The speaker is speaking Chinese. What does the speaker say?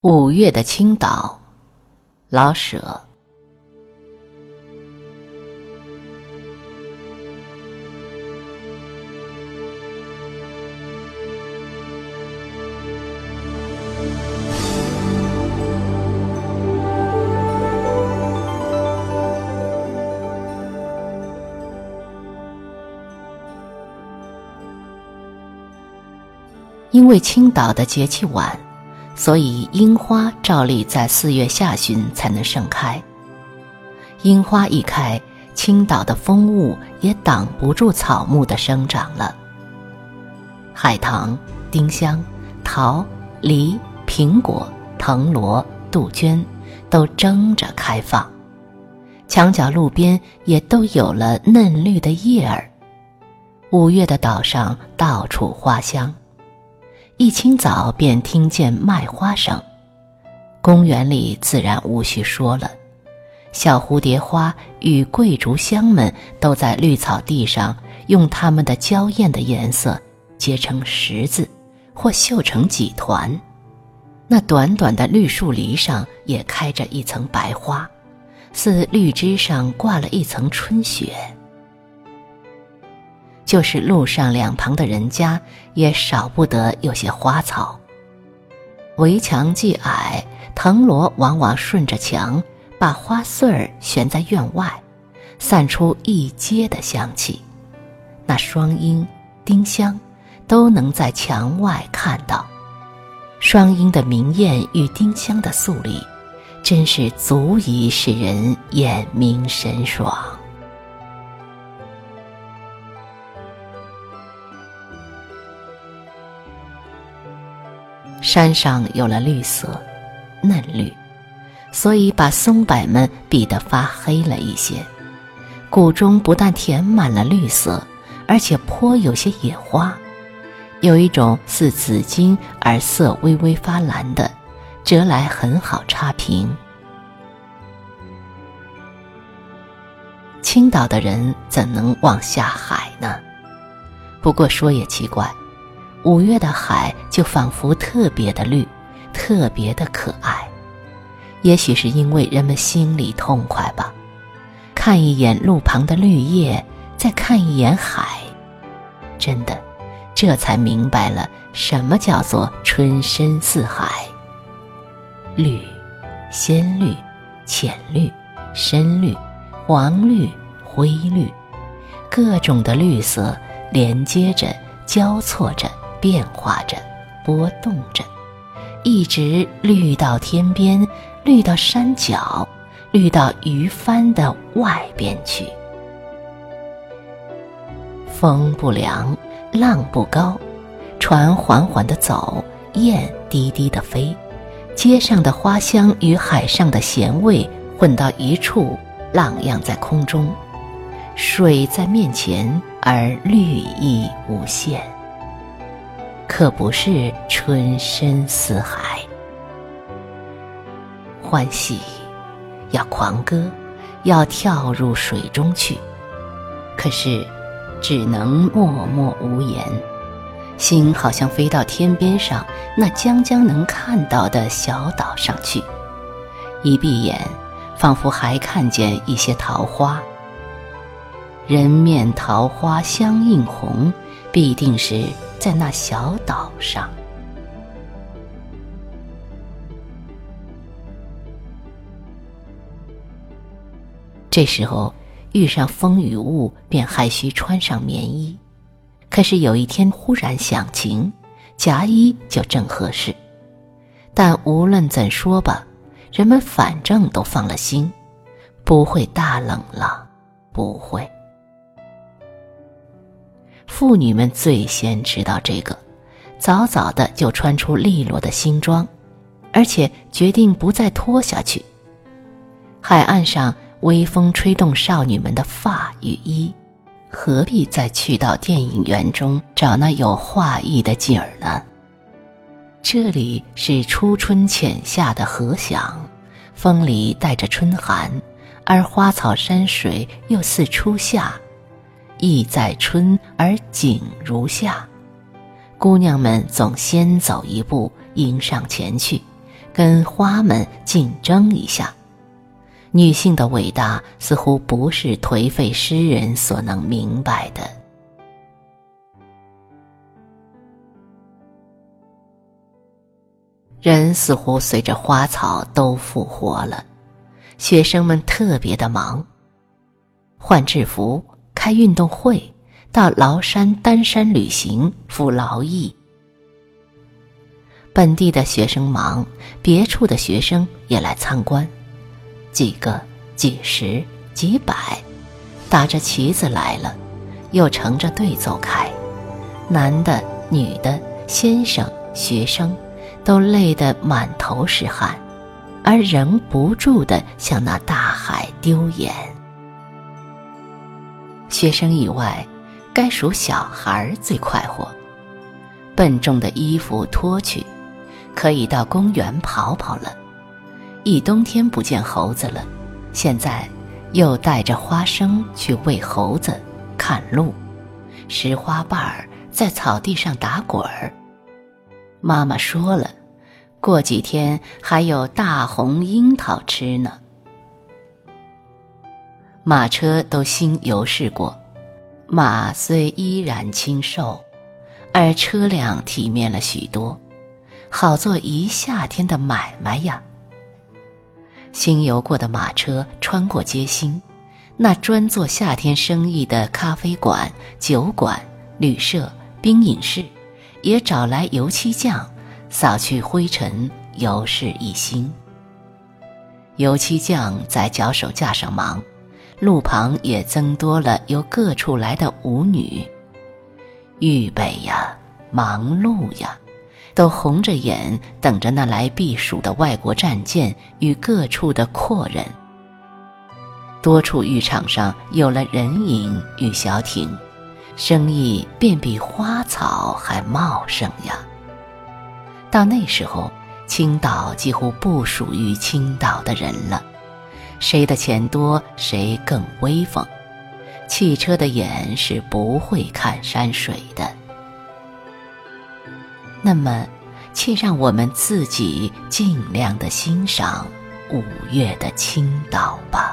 5月的青岛，老舍。因为青岛的节气晚，所以樱花照例在4月下旬才能盛开。樱花一开，青岛的风物也挡不住草木的生长了。海棠、丁香、桃、梨、苹果、藤萝、杜鹃都争着开放，墙角路边也都有了嫩绿的叶儿。5月的岛上到处花香，一清早便听见卖花声。公园里自然无需说了，小蝴蝶花与桂竹香们都在绿草地上用它们的娇艳的颜色结成十字，或绣成几团。那短短的绿树篱上也开着一层白花，似绿枝上挂了一层春雪。就是路上两旁的人家也少不得有些花草。围墙既矮，藤萝往往顺着墙把花穗儿悬在院外，散出一街的香气。那双樱、丁香都能在墙外看到。双樱的明艳与丁香的素丽，真是足以使人眼明神爽。山上有了绿色，嫩绿，所以把松柏们比得发黑了一些。谷中不但填满了绿色，而且颇有些野花，有一种似紫金而色微微发蓝的，折来很好插屏。青岛的人怎能忘下海呢？不过说也奇怪，5月的海就仿佛特别的绿，特别的可爱。也许是因为人们心里痛快吧，看一眼路旁的绿叶，再看一眼海，真的，这才明白了什么叫做春深似海。绿，鲜绿、浅绿、深绿、黄绿、灰绿，各种的绿色连接着，交错着，变化着，波动着，一直绿到天边，绿到山脚，绿到鱼帆的外边去。风不凉，浪不高，船缓缓地走，雁低低地飞，街上的花香与海上的咸味混到一处，浪漾在空中，水在面前，而绿意无限。可不是春深似海。欢喜，要狂歌，要跳入水中去，可是只能默默无言，心好像飞到天边上那将能看到的小岛上去。一闭眼，仿佛还看见一些桃花。人面桃花相映红，必定是在那小岛上。这时候遇上风雨雾，便还需穿上棉衣。可是有一天忽然想晴，夹衣就正合适。但无论怎说吧，人们反正都放了心，不会大冷了，不会。妇女们最先知道这个，早早的就穿出利落的新装，而且决定不再脱下去。海岸上微风吹动少女们的发与衣，何必再去到电影院中找那有画意的景儿呢？这里是初春浅夏的和响，风里带着春寒，而花草山水又似初夏，意在春而景如夏。姑娘们总先走一步迎上前去， 跟花们竞争一下。女性的伟大似乎不是颓废诗人所能明白的。人似乎随着花草都复活了，学生们特别的忙，换制服，开运动会，到崂山、丹山旅行，服劳役。本地的学生忙，别处的学生也来参观，几个、几十、几百，打着旗子来了，又成着队走开，男的、女的、先生、学生都累得满头是汗，而仍不住地向那大海丢眼。学生以外，该属小孩最快活，笨重的衣服脱去，可以到公园跑跑了。一冬天不见猴子了，现在又带着花生去喂猴子、看路，拾花瓣儿在草地上打滚儿。妈妈说了，过几天还有大红樱桃吃呢。马车都新油试过，马虽依然清瘦，而车辆体面了许多，好做一夏天的买卖呀。新油过的马车穿过街心，那专做夏天生意的咖啡馆、酒馆、旅社、冰饮室也找来油漆匠，扫去灰尘，油饰一新。油漆匠在脚手架上忙，路旁也增多了由各处来的舞女，预备呀，忙碌呀，都红着眼等着那来避暑的外国战舰与各处的阔人。多处浴场上有了人影与小艇，生意便比花草还茂盛呀。到那时候，青岛几乎不属于青岛的人了，谁的钱多，谁更威风。汽车的眼是不会看山水的。那么，且让我们自己尽量地欣赏5月的青岛吧。